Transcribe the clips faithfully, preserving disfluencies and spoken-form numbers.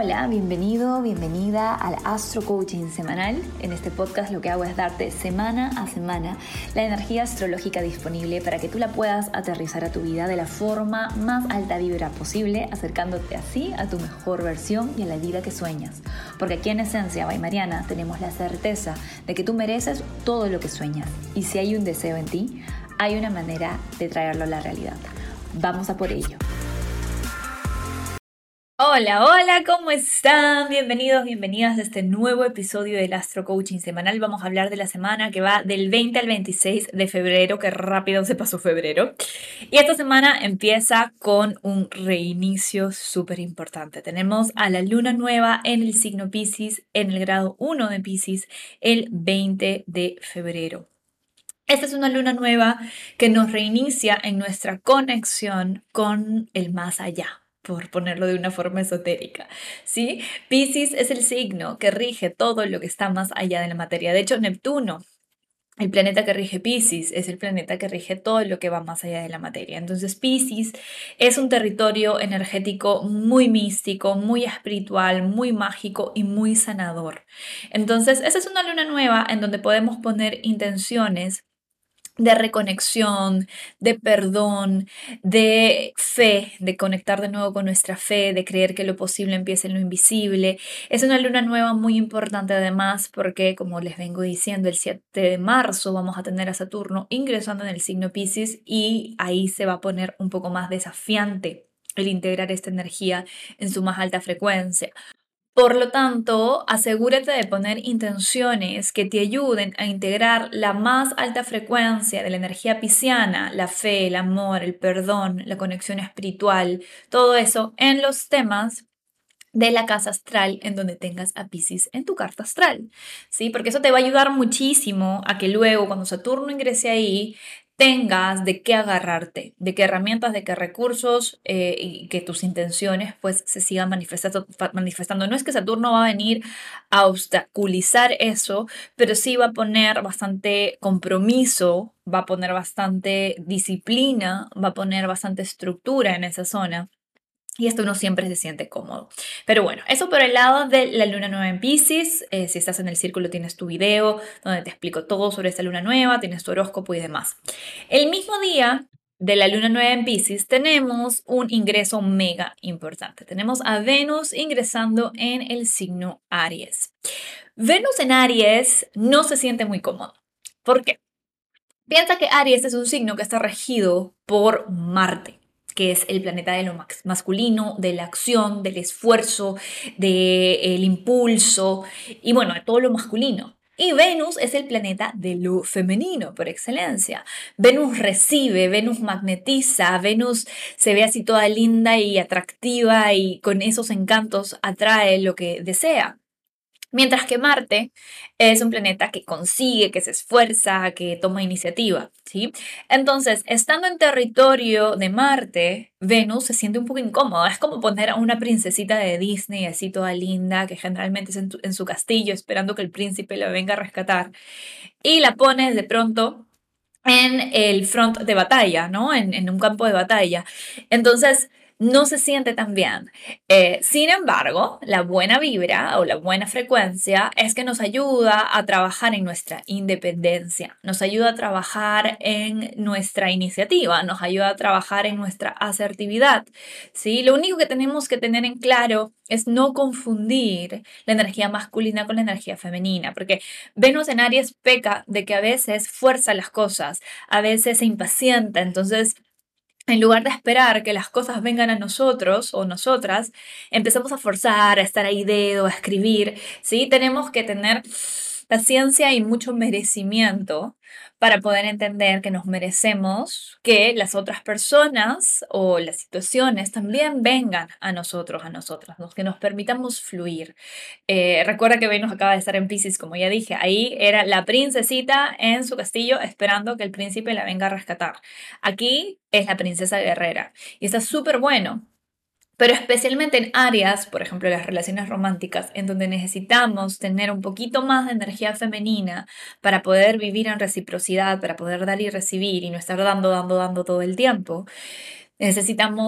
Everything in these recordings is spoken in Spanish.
Hola, bienvenido, bienvenida al Astro Coaching semanal. En este podcast lo que hago es darte semana a semana la energía astrológica disponible para que tú la puedas aterrizar a tu vida de la forma más alta vibra posible, acercándote así a tu mejor versión y a la vida que sueñas. Porque aquí en Esencia by Mariana tenemos la certeza de que tú mereces todo lo que sueñas. Y si hay un deseo en ti, hay una manera de traerlo a la realidad. Vamos a por ello. Hola, hola, ¿cómo están? Bienvenidos, bienvenidas a este nuevo episodio del Astro Coaching semanal. Vamos a hablar de la semana que va del veinte al veintiséis de febrero, que rápido se pasó febrero. Y esta semana empieza con un reinicio súper importante. Tenemos a la luna nueva en el signo Piscis, en el grado uno de Piscis, el veinte de febrero. Esta es una luna nueva que nos reinicia en nuestra conexión con el más allá, por ponerlo de una forma esotérica, ¿sí? Piscis es el signo que rige todo lo que está más allá de la materia. De hecho, Neptuno, el planeta que rige Piscis, es el planeta que rige todo lo que va más allá de la materia. Entonces, Piscis es un territorio energético muy místico, muy espiritual, muy mágico y muy sanador. Entonces, esa es una luna nueva en donde podemos poner intenciones de reconexión, de perdón, de fe, de conectar de nuevo con nuestra fe, de creer que lo posible empieza en lo invisible. Es una luna nueva muy importante además porque, como les vengo diciendo, el siete de marzo vamos a tener a Saturno ingresando en el signo Piscis y ahí se va a poner un poco más desafiante el integrar esta energía en su más alta frecuencia. Por lo tanto, asegúrate de poner intenciones que te ayuden a integrar la más alta frecuencia de la energía pisciana, la fe, el amor, el perdón, la conexión espiritual, todo eso en los temas de la casa astral en donde tengas a Piscis en tu carta astral, ¿sí? Porque eso te va a ayudar muchísimo a que luego cuando Saturno ingrese ahí tengas de qué agarrarte, de qué herramientas, de qué recursos eh, y que tus intenciones pues se sigan manifestando, manifestando. No es que Saturno va a venir a obstaculizar eso, pero sí va a poner bastante compromiso, va a poner bastante disciplina, va a poner bastante estructura en esa zona. Y esto no siempre se siente cómodo. Pero bueno, eso por el lado de la luna nueva en Piscis. Eh, si estás en el círculo tienes tu video donde te explico todo sobre esta luna nueva, tienes tu horóscopo y demás. El mismo día de la luna nueva en Piscis tenemos un ingreso mega importante. Tenemos a Venus ingresando en el signo Aries. Venus en Aries no se siente muy cómodo. ¿Por qué? Piensa que Aries es un signo que está regido por Marte, que es el planeta de lo masculino, de la acción, del esfuerzo, del impulso y bueno, de todo lo masculino. Y Venus es el planeta de lo femenino por excelencia. Venus recibe, Venus magnetiza, Venus se ve así toda linda y atractiva y con esos encantos atrae lo que desea. Mientras que Marte es un planeta que consigue, que se esfuerza, que toma iniciativa, ¿sí? Entonces, estando en territorio de Marte, Venus se siente un poco incómoda. Es como poner a una princesita de Disney así toda linda, que generalmente es en, tu, en su castillo esperando que el príncipe la venga a rescatar, y la pones de pronto en el front de batalla, ¿no? En, en un campo de batalla. Entonces, no se siente tan bien. Eh, sin embargo, la buena vibra o la buena frecuencia es que nos ayuda a trabajar en nuestra independencia, nos ayuda a trabajar en nuestra iniciativa, nos ayuda a trabajar en nuestra asertividad, ¿sí? Lo único que tenemos que tener en claro es no confundir la energía masculina con la energía femenina, porque Venus en Aries peca de que a veces fuerza las cosas, a veces se impacienta, entonces en lugar de esperar que las cosas vengan a nosotros o nosotras, empezamos a forzar, a estar ahí dedo, a escribir, ¿sí? Tenemos que tener paciencia y mucho merecimiento para poder entender que nos merecemos que las otras personas o las situaciones también vengan a nosotros, a nosotras, ¿no? Que nos permitamos fluir. Eh, recuerda que Venus acaba de estar en Piscis, como ya dije, ahí era la princesita en su castillo esperando que el príncipe la venga a rescatar. Aquí es la princesa guerrera y está súper bueno. Pero especialmente en áreas, por ejemplo, las relaciones románticas, en donde necesitamos tener un poquito más de energía femenina para poder vivir en reciprocidad, para poder dar y recibir y no estar dando, dando, dando todo el tiempo, necesitamos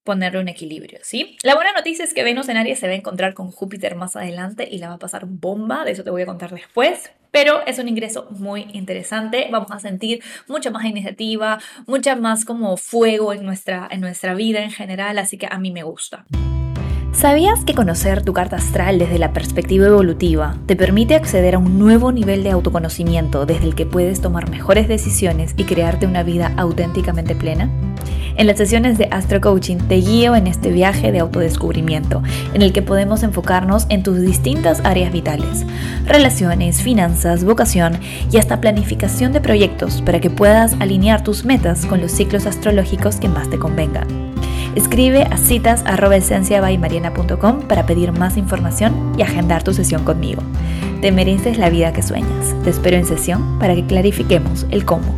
ponerle un equilibrio, ¿sí? La buena noticia es que Venus en Aries se va a encontrar con Júpiter más adelante y la va a pasar bomba, de eso te voy a contar después, pero es un ingreso muy interesante, vamos a sentir mucha más iniciativa, mucha más como fuego en nuestra, en nuestra vida en general, así que a mí me gusta. ¿Sabías que conocer tu carta astral desde la perspectiva evolutiva te permite acceder a un nuevo nivel de autoconocimiento desde el que puedes tomar mejores decisiones y crearte una vida auténticamente plena? En las sesiones de Astro Coaching te guío en este viaje de autodescubrimiento, en el que podemos enfocarnos en tus distintas áreas vitales, relaciones, finanzas, vocación y hasta planificación de proyectos para que puedas alinear tus metas con los ciclos astrológicos que más te convengan. Escribe a citas arroba esencia by mariana punto com para pedir más información y agendar tu sesión conmigo. Te mereces la vida que sueñas. Te espero en sesión para que clarifiquemos el cómo.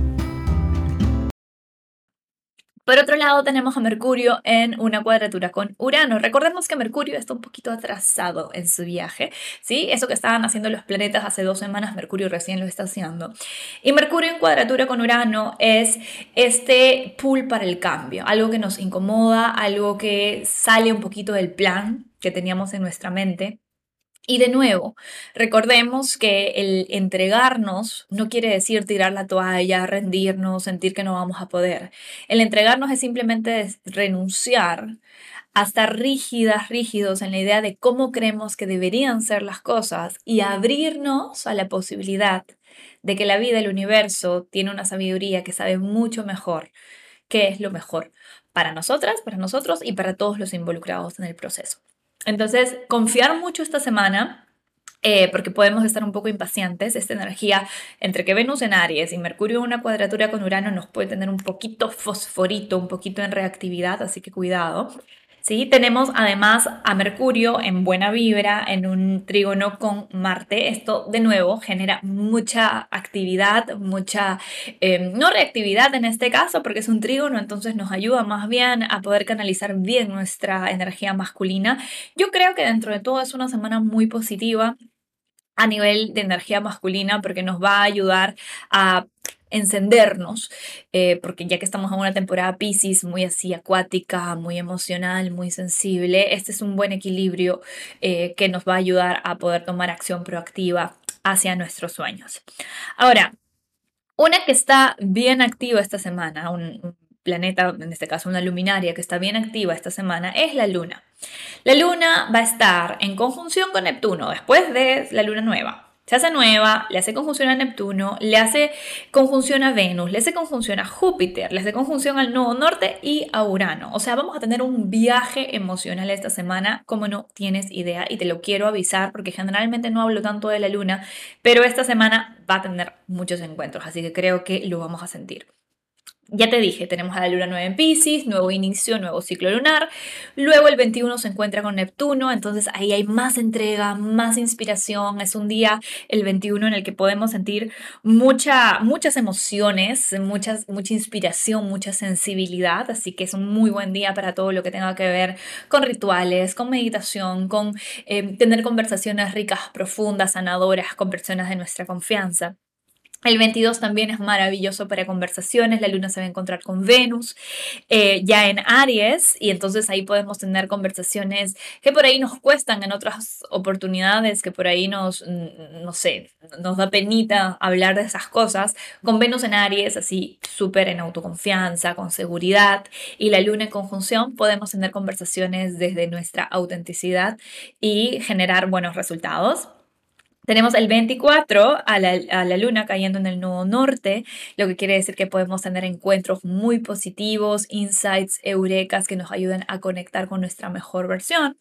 Por otro lado, tenemos a Mercurio en una cuadratura con Urano. Recordemos que Mercurio está un poquito atrasado en su viaje, ¿sí? Eso que estaban haciendo los planetas hace dos semanas, Mercurio recién lo está haciendo. Y Mercurio en cuadratura con Urano es este pull para el cambio, algo que nos incomoda, algo que sale un poquito del plan que teníamos en nuestra mente. Y de nuevo, recordemos que el entregarnos no quiere decir tirar la toalla, rendirnos, sentir que no vamos a poder. El entregarnos es simplemente renunciar a estar rígidas, rígidos en la idea de cómo creemos que deberían ser las cosas y abrirnos a la posibilidad de que la vida, el universo, tiene una sabiduría que sabe mucho mejor qué es lo mejor para nosotras, para nosotros y para todos los involucrados en el proceso. Entonces, confiar mucho esta semana, eh, porque podemos estar un poco impacientes. Esta energía entre que Venus en Aries y Mercurio en una cuadratura con Urano nos puede tener un poquito fosforito, un poquito en reactividad, así que cuidado. ¿Sí? Tenemos además a Mercurio en buena vibra, en un trígono con Marte. Esto de nuevo genera mucha actividad, mucha, eh, no reactividad en este caso, porque es un trígono, entonces nos ayuda más bien a poder canalizar bien nuestra energía masculina. Yo creo que dentro de todo es una semana muy positiva a nivel de energía masculina, porque nos va a ayudar a encendernos, eh, porque ya que estamos en una temporada Piscis muy así acuática, muy emocional, muy sensible, este es un buen equilibrio eh, que nos va a ayudar a poder tomar acción proactiva hacia nuestros sueños. Ahora, una que está bien activa esta semana, un, un planeta, en este caso una luminaria que está bien activa esta semana, es la Luna. La Luna va a estar en conjunción con Neptuno después de la Luna nueva. Se hace nueva, le hace conjunción a Neptuno, le hace conjunción a Venus, le hace conjunción a Júpiter, le hace conjunción al Nodo Norte y a Urano. O sea, vamos a tener un viaje emocional esta semana como no tienes idea, y te lo quiero avisar porque generalmente no hablo tanto de la Luna, pero esta semana va a tener muchos encuentros, así que creo que lo vamos a sentir. Ya te dije, tenemos a la Luna nueva en Piscis, nuevo inicio, nuevo ciclo lunar. Luego el veintiuno se encuentra con Neptuno, entonces ahí hay más entrega, más inspiración. Es un día, el veintiuno, en el que podemos sentir mucha, muchas emociones, muchas, mucha inspiración, mucha sensibilidad. Así que es un muy buen día para todo lo que tenga que ver con rituales, con meditación, con eh, tener conversaciones ricas, profundas, sanadoras con personas de nuestra confianza. El veintidós también es maravilloso para conversaciones, la luna se va a encontrar con Venus eh, ya en Aries, y entonces ahí podemos tener conversaciones que por ahí nos cuestan en otras oportunidades, que por ahí nos, no sé, nos da penita hablar de esas cosas. Con Venus en Aries, así súper en autoconfianza, con seguridad, y la luna en conjunción, podemos tener conversaciones desde nuestra autenticidad y generar buenos resultados. Tenemos el veinticuatro a la, a la luna cayendo en el nodo norte, lo que quiere decir que podemos tener encuentros muy positivos, insights, eurekas que nos ayuden a conectar con nuestra mejor versión.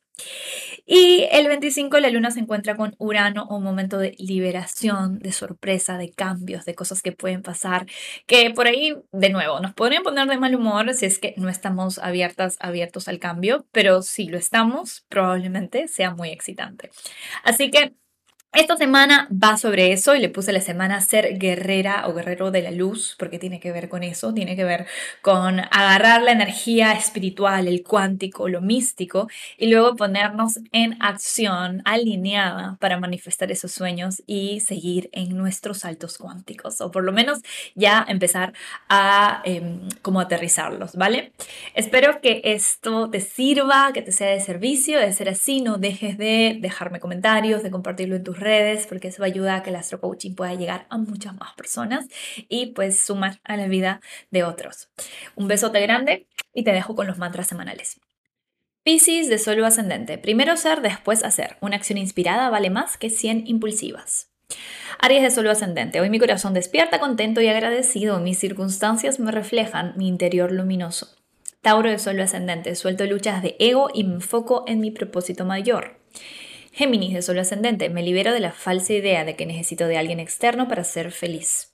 Y el veinticinco la luna se encuentra con Urano, un momento de liberación, de sorpresa, de cambios, de cosas que pueden pasar, que por ahí, de nuevo, nos podrían poner de mal humor si es que no estamos abiertas, abiertos al cambio, pero si lo estamos, probablemente sea muy excitante. Así que Esta semana va sobre eso y le puse la semana ser guerrera o guerrero de la luz porque tiene que ver con eso, tiene que ver con agarrar la energía espiritual, el cuántico, lo místico y luego ponernos en acción alineada para manifestar esos sueños y seguir en nuestros saltos cuánticos o por lo menos ya empezar a eh, como aterrizarlos, ¿vale? Espero que esto te sirva, que te sea de servicio. De ser así, no dejes de dejarme comentarios, de compartirlo en tus redes, porque eso ayuda a que el Astro Coaching pueda llegar a muchas más personas y pues sumar a la vida de otros. Un besote grande y te dejo con los mantras semanales. Piscis de Sol ascendente. Primero ser, después hacer. Una acción inspirada vale más que cien impulsivas. Aries de Sol ascendente. Hoy mi corazón despierta contento y agradecido. Mis circunstancias me reflejan mi interior luminoso. Tauro de Sol ascendente. Suelto luchas de ego y me enfoco en mi propósito mayor. Géminis de Sol ascendente. Me libero de la falsa idea de que necesito de alguien externo para ser feliz.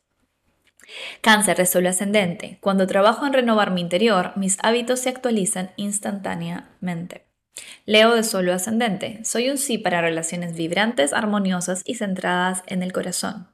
Cáncer de Sol ascendente. Cuando trabajo en renovar mi interior, mis hábitos se actualizan instantáneamente. Leo de Sol ascendente. Soy un sí para relaciones vibrantes, armoniosas y centradas en el corazón.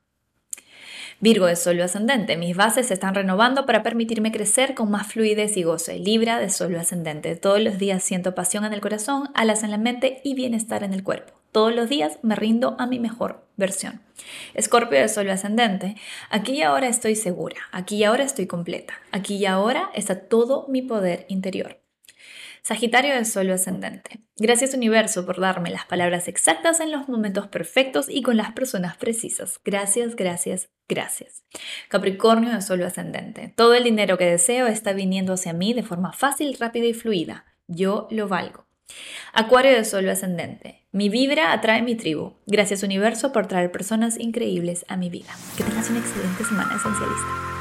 Virgo de Sol ascendente. Mis bases se están renovando para permitirme crecer con más fluidez y goce. Libra de Sol ascendente. Todos los días siento pasión en el corazón, alas en la mente y bienestar en el cuerpo. Todos los días me rindo a mi mejor versión. Escorpio de Sol ascendente. Aquí y ahora estoy segura. Aquí y ahora estoy completa. Aquí y ahora está todo mi poder interior. Sagitario de Sol ascendente. Gracias universo por darme las palabras exactas en los momentos perfectos y con las personas precisas. Gracias, gracias, gracias. Capricornio de Sol ascendente. Todo el dinero que deseo está viniendo hacia mí de forma fácil, rápida y fluida. Yo lo valgo. Acuario de Sol ascendente. Mi vibra atrae mi tribu. Gracias universo por traer personas increíbles a mi vida. Que tengas una excelente semana esencialista.